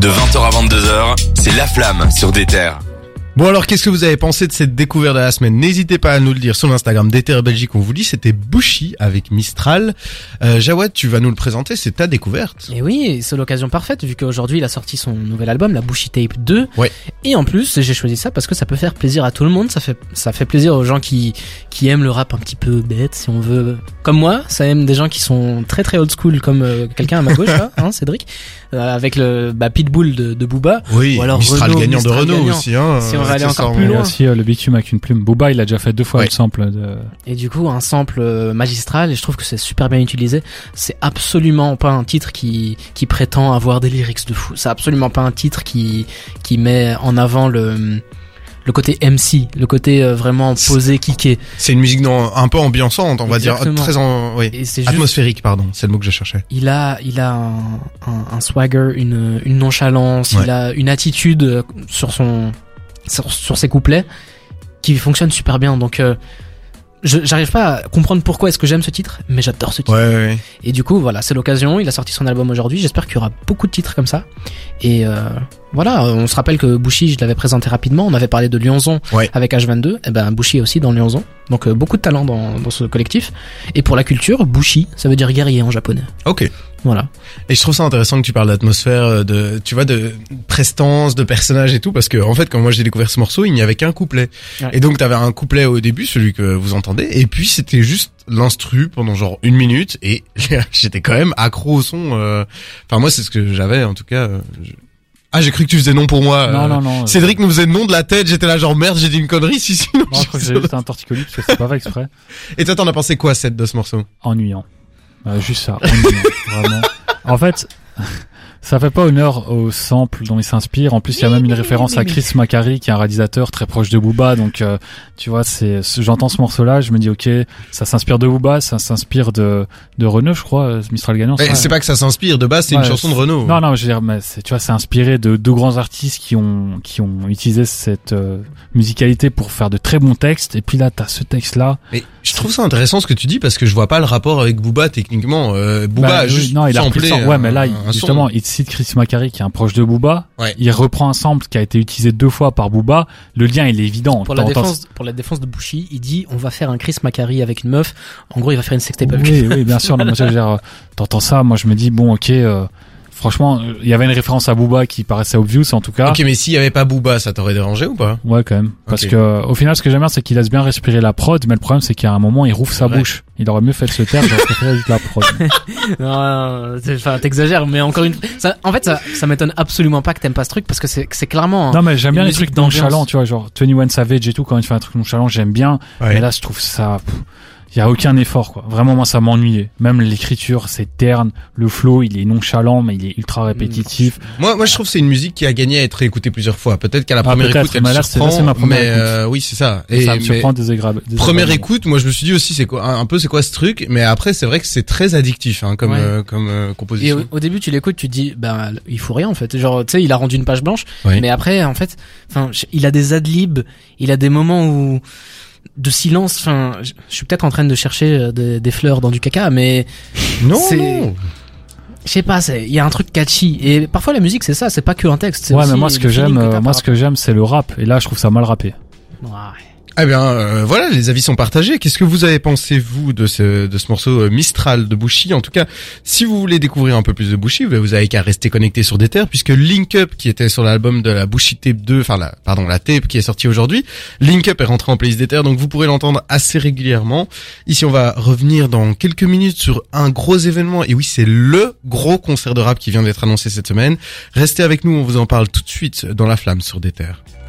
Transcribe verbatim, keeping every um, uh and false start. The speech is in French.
De vingt heures à vingt-deux heures, c'est La Flamme sur Déter. Bon alors, qu'est-ce que vous avez pensé de cette découverte de la semaine? N'hésitez pas à nous le dire sur l'Instagram Déter Belgique. On vous dit, c'était Bushi avec Mistral. Euh, Jawad, tu vas nous le présenter, c'est ta découverte. Et oui, c'est l'occasion parfaite vu qu'aujourd'hui il a sorti son nouvel album, la Bushi Tape deux. Ouais. Et en plus, j'ai choisi ça parce que ça peut faire plaisir à tout le monde. Ça fait, ça fait plaisir aux gens qui, qui aiment le rap un petit peu bête, si on veut. Comme moi, ça aime des gens qui sont très très old school, comme euh, quelqu'un à ma gauche là, hein, Cédric, euh, avec le bah, Pitbull de, de Booba. Oui. Ou alors Mistral Renault, gagnant Mistral de Renault gagnant. aussi, hein. Si on va aller encore ça, plus on- loin. Il y a aussi euh, le bitume avec une plume. Booba, il a déjà fait deux fois Ouais. le sample de... Et du coup, un sample euh, magistral, et je trouve que c'est super bien utilisé. C'est absolument pas un titre qui qui prétend avoir des lyrics de fou. C'est absolument pas un titre qui qui met en avant le le côté M C, le côté euh, vraiment posé, kické. C'est une musique non, un peu ambiançante, on va Exactement. dire, très en, oui. Et c'est juste, Atmosphérique, pardon, c'est le mot que je cherchais. il a il a un, un, un swagger, une une nonchalance, Ouais. il a une attitude euh, sur son sur, sur ses couplets qui fonctionne super bien. Donc euh, je j'arrive pas à comprendre pourquoi est-ce que j'aime ce titre, mais j'adore ce titre. Ouais, ouais, ouais. Et du coup, voilà, c'est l'occasion. Il a sorti son album aujourd'hui. J'espère qu'il y aura beaucoup de titres comme ça. Et euh, voilà, on se rappelle que Bushi, je l'avais présenté rapidement. On avait parlé de Lyonzon Ouais. avec H vingt-deux. Et ben, Bushi est aussi dans Lyonzon. Donc euh, beaucoup de talent dans, dans ce collectif. Et pour la culture, Bushi, ça veut dire guerrier en japonais. Ok. Voilà. Et je trouve ça intéressant que tu parles d'atmosphère, de, tu vois, de prestance, de personnages et tout, parce que, en fait, quand moi j'ai découvert ce morceau, il n'y avait qu'un couplet. Ouais. Et donc, t'avais un couplet au début, celui que vous entendez, et puis c'était juste l'instru pendant genre une minute, et j'étais quand même accro au son, euh... enfin, moi, c'est ce que j'avais, en tout cas, euh, je- Ah, j'ai cru que tu faisais non pour moi. Non, euh, non, non. euh, Cédric nous faisait non de la tête, j'étais là genre merde, j'ai dit une connerie, si, si, non. Non, je crois que j'ai juste un torticolis parce que c'est pas fait exprès. Et toi, t'en as pensé quoi, Seth, de ce morceau? Ennuyant. Euh, juste ça, ennuyant. Vraiment. En fait, ça fait pas honneur au sample dont il s'inspire. En plus, il y a même une référence à Chris Macari, qui est un réalisateur très proche de Booba. Donc, euh, tu vois, c'est, j'entends ce morceau-là, je me dis, ok, ça s'inspire de Booba, ça s'inspire de, de Renaud, je crois, euh, Mistral gagnant. Mais ça, c'est pas que ça s'inspire, de base, c'est Ouais, une chanson de Renaud. Non, non, je veux dire, mais c'est, tu vois, c'est inspiré de deux grands artistes qui ont, qui ont utilisé cette euh, musicalité pour faire de très bons textes. Et puis là, t'as ce texte-là. Mais je trouve ça intéressant ce que tu dis, parce que je vois pas le rapport avec Booba, techniquement. Euh, Booba Bah, a oui, juste non, il a repris samplé le sample. Ouais, un- mais là, il- un son. justement, il cite Chris Macari, qui est un proche de Booba. Ouais. Il reprend un sample qui a été utilisé deux fois par Booba. Le lien, il est évident. Pour la T'entends- défense, pour la défense de Bushi, il dit on va faire un Chris Macari avec une meuf. En gros, il va faire une sextape avec Oui, oui, bien sûr. Non, mais je veux dire, euh, t'entends ça, moi je me dis bon, ok. Euh, franchement, euh, il y avait une référence à Booba qui paraissait obvious, en tout cas. Ok, mais s'il y avait pas Booba, ça t'aurait dérangé ou pas? Ouais, quand même. Parce Ok. que euh, au final, ce que j'aime bien, c'est qu'il laisse bien respirer la prod, mais le problème, c'est qu'à un moment, il rouvre sa vrai. bouche. Il aurait mieux fait de se taire, j'aurais préféré juste la prod. Non, non, c'est- enfin, t'exagères, mais encore une fois, ça, en fait, ça, ça m'étonne absolument pas que t'aimes pas ce truc parce que c'est, c'est clairement. un- Non, mais j'aime bien une les musique trucs d'ambiance. nonchalants, tu vois, genre vingt et un Savage et tout, quand il fait un truc nonchalant, j'aime bien. Ouais. Mais là, je trouve ça, il y a aucun effort, quoi. Vraiment, moi, ça m'ennuyait. Même l'écriture, c'est terne. Le flow, il est nonchalant, mais il est ultra répétitif. Moi, moi, je trouve que c'est une musique qui a gagné à être écoutée plusieurs fois. Peut-être qu'à la Ah, première peut-être, écoute, elle mais me là, c'est- surprend, là, c'est ma première mais écoute. euh, oui, c'est ça. Et ça me mais surprend désagréable. première écoute, moi, je me suis dit aussi, c'est quoi, un, un peu, c'est quoi ce truc? Mais après, c'est vrai que c'est très addictif, hein, comme, Ouais. euh, comme euh, Et composition. au, au début, tu l'écoutes, tu te dis, ben, il faut rien en fait. Genre, tu sais, il a rendu une page blanche, Oui. mais après, en fait, enfin, je- il a des adlibs, il a des moments où de silence. Enfin, je je suis peut-être en train de chercher euh, des, des fleurs dans du caca, mais Non, c'est- non. je sais pas, c'est, il y a un truc catchy. Et parfois, la musique, c'est ça, c'est pas que un texte. c'est Ouais, aussi mais moi, ce le que feeling j'aime, que t'as euh, moi, par ce que j'aime, c'est le rap. Et là, je trouve ça mal rappé. rapport- Ouais. Eh bien, euh, voilà, les avis sont partagés. Qu'est-ce que vous avez pensé, vous, de ce, de ce morceau euh, Mistral de Bushi? En tout cas, si vous voulez découvrir un peu plus de Bushi, vous avez qu'à rester connecté sur Déter, puisque Link Up, qui était sur l'album de la Bushi Tape deux, enfin, la, pardon, la tape qui est sortie aujourd'hui, Link Up est rentré en playlist Déter, donc vous pourrez l'entendre assez régulièrement. Ici, on va revenir dans quelques minutes sur un gros événement. Et oui, c'est le gros concert de rap qui vient d'être annoncé cette semaine. Restez avec nous, on vous en parle tout de suite dans La Flamme sur Déter.